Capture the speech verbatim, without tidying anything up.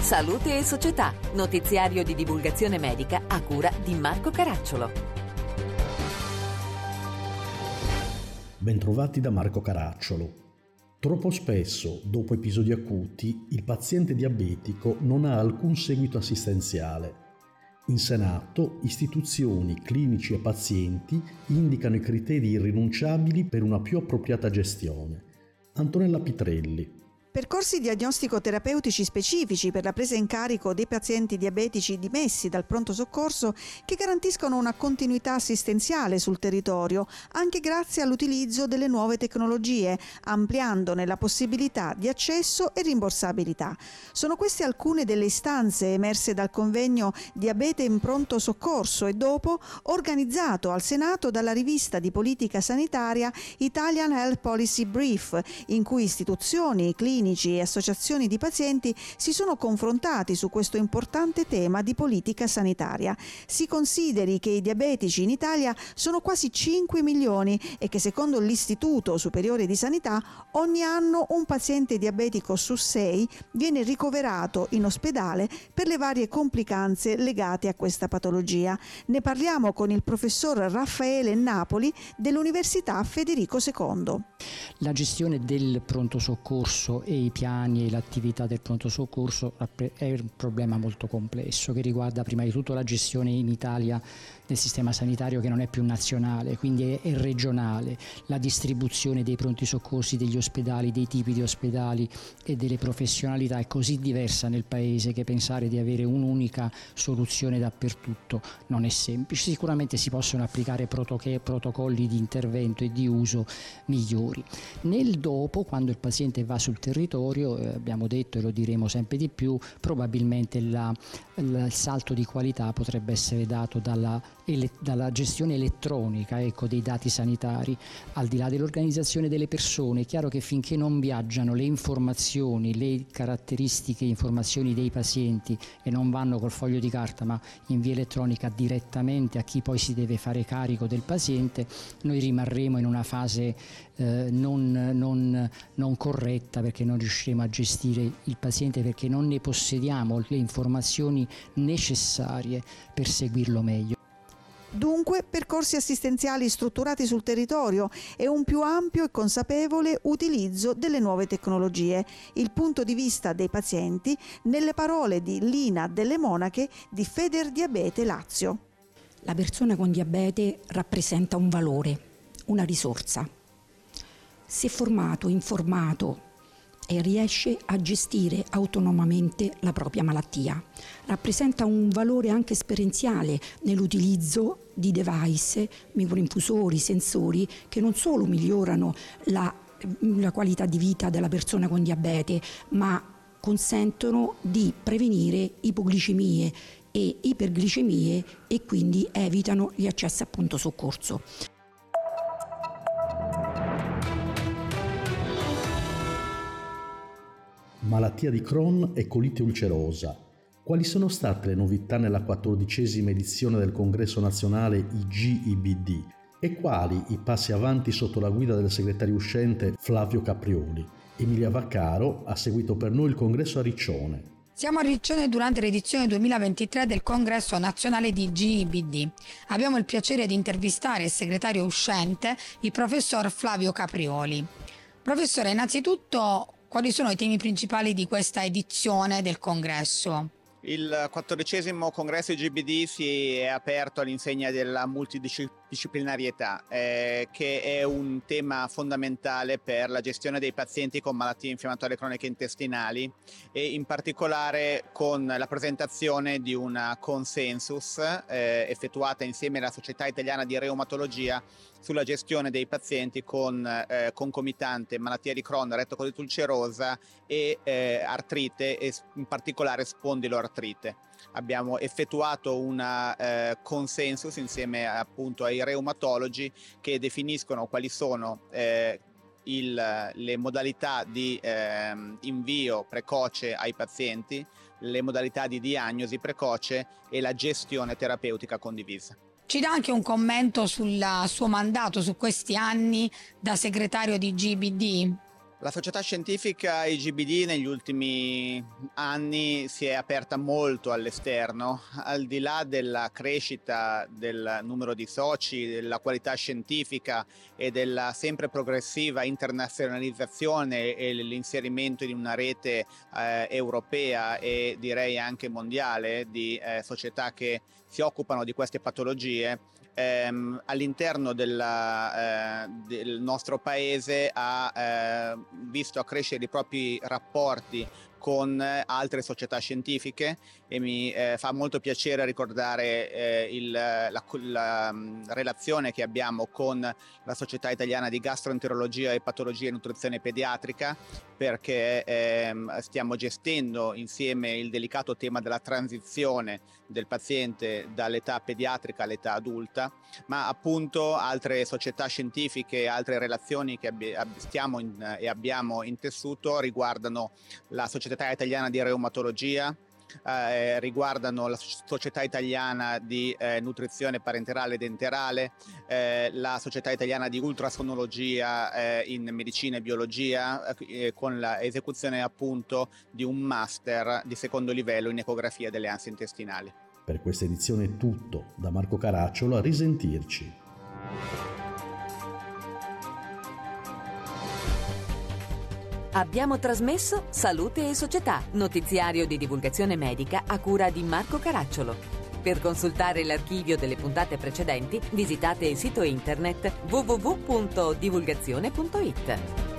Salute e Società, notiziario di divulgazione medica a cura di Marco Caracciolo. Bentrovati da Marco Caracciolo. Troppo spesso, dopo episodi acuti, il paziente diabetico non ha alcun seguito assistenziale. In Senato, istituzioni, clinici e pazienti indicano i criteri irrinunciabili per una più appropriata gestione. Antonella Pitrelli. Percorsi diagnostico-terapeutici specifici per la presa in carico dei pazienti diabetici dimessi dal pronto soccorso che garantiscono una continuità assistenziale sul territorio, anche grazie all'utilizzo delle nuove tecnologie, ampliandone la possibilità di accesso e rimborsabilità. Sono queste alcune delle istanze emerse dal convegno Diabete in pronto soccorso e dopo, organizzato al Senato dalla rivista di politica sanitaria Italian Health Policy Brief, in cui istituzioni, clinici e associazioni di pazienti si sono confrontati su questo importante tema di politica sanitaria. Si consideri che i diabetici in Italia sono quasi cinque milioni e che secondo l'Istituto Superiore di Sanità ogni anno un paziente diabetico su sei viene ricoverato in ospedale per le varie complicanze legate a questa patologia. Ne parliamo con il professor Raffaele Napoli dell'Università Federico secondo. La gestione del pronto soccorso e i piani e l'attività del pronto soccorso è un problema molto complesso che riguarda prima di tutto la gestione in Italia del sistema sanitario, che non è più nazionale, quindi è, è regionale. La distribuzione dei pronti soccorsi, degli ospedali, dei tipi di ospedali e delle professionalità è così diversa nel paese che pensare di avere un'unica soluzione dappertutto non è semplice. Sicuramente si possono applicare protocolli di intervento e di uso migliori. Nel dopo, quando il paziente va sul territorio, eh, abbiamo detto e lo diremo sempre di più, probabilmente la, il salto di qualità potrebbe essere dato dalla, ele, dalla gestione elettronica ecco, dei dati sanitari, al di là dell'organizzazione delle persone. È chiaro che finché non viaggiano le informazioni, le caratteristiche, informazioni dei pazienti e non vanno col foglio di carta ma in via elettronica direttamente a chi poi si deve fare carico del paziente, noi rimarremo in una fase eh, non, non, non corretta, perché non riusciremo a gestire il paziente, perché non ne possediamo le informazioni necessarie per seguirlo meglio. Dunque, percorsi assistenziali strutturati sul territorio e un più ampio e consapevole utilizzo delle nuove tecnologie. Il punto di vista dei pazienti nelle parole di Lina Delle Monache di Federdiabete Lazio. La persona con diabete rappresenta un valore, una risorsa. Se formato, informato e riesce a gestire autonomamente la propria malattia. Rappresenta un valore anche esperienziale nell'utilizzo di device, microinfusori, sensori che non solo migliorano la, la qualità di vita della persona con diabete, ma consentono di prevenire ipoglicemie e iperglicemie e quindi evitano gli accessi a pronto soccorso. Malattia di Crohn e colite ulcerosa. Quali sono state le novità nella quattordicesima edizione del Congresso Nazionale I G I B D e quali i passi avanti sotto la guida del segretario uscente Flavio Caprioli? Emilia Vaccaro ha seguito per noi il congresso a Riccione. Siamo a Riccione durante l'edizione duemilaventitré del Congresso Nazionale di I G I B D. Abbiamo il piacere di intervistare il segretario uscente, il professor Flavio Caprioli. Professore, innanzitutto, quali sono i temi principali di questa edizione del congresso? Il quattordicesimo congresso I G B D si è aperto all'insegna della multidisciplinarietà, eh, che è un tema fondamentale per la gestione dei pazienti con malattie infiammatorie croniche intestinali e in particolare con la presentazione di una consensus eh, effettuata insieme alla Società Italiana di Reumatologia sulla gestione dei pazienti con eh, concomitante malattia di Crohn, rettocolite ulcerosa e eh, artrite, e in particolare spondiloartrite. Abbiamo effettuato una eh, consensus insieme appunto ai reumatologi che definiscono quali sono eh, il, le modalità di eh, invio precoce ai pazienti, le modalità di diagnosi precoce e la gestione terapeutica condivisa. Ci dà anche un commento sul suo mandato, su questi anni da segretario di I G B D? La società scientifica I G B D negli ultimi anni si è aperta molto all'esterno, al di là della crescita del numero di soci, della qualità scientifica e della sempre progressiva internazionalizzazione e l'inserimento in una rete eh, europea e direi anche mondiale di eh, società che si occupano di queste patologie. Ehm, all'interno della, eh, del nostro paese ha eh, visto crescere i propri rapporti con altre società scientifiche e mi eh, fa molto piacere ricordare eh, il, la, la, la relazione che abbiamo con la Società Italiana di Gastroenterologia e Patologia e Nutrizione Pediatrica, perché eh, stiamo gestendo insieme il delicato tema della transizione del paziente dall'età pediatrica all'età adulta, ma appunto altre società scientifiche, altre relazioni che ab- stiamo in, e abbiamo intessuto riguardano la Società Italiana di Reumatologia, eh, riguardano la Società Italiana di eh, Nutrizione Parenterale e Denterale, eh, la Società Italiana di Ultrasonologia eh, in Medicina e Biologia, eh, con l'esecuzione appunto di un master di secondo livello in ecografia delle ansie intestinali. Per questa edizione è tutto. Da Marco Caracciolo, a risentirci. Abbiamo trasmesso Salute e Società, notiziario di divulgazione medica a cura di Marco Caracciolo. Per consultare l'archivio delle puntate precedenti, visitate il sito internet w w w punto divulgazione punto i t.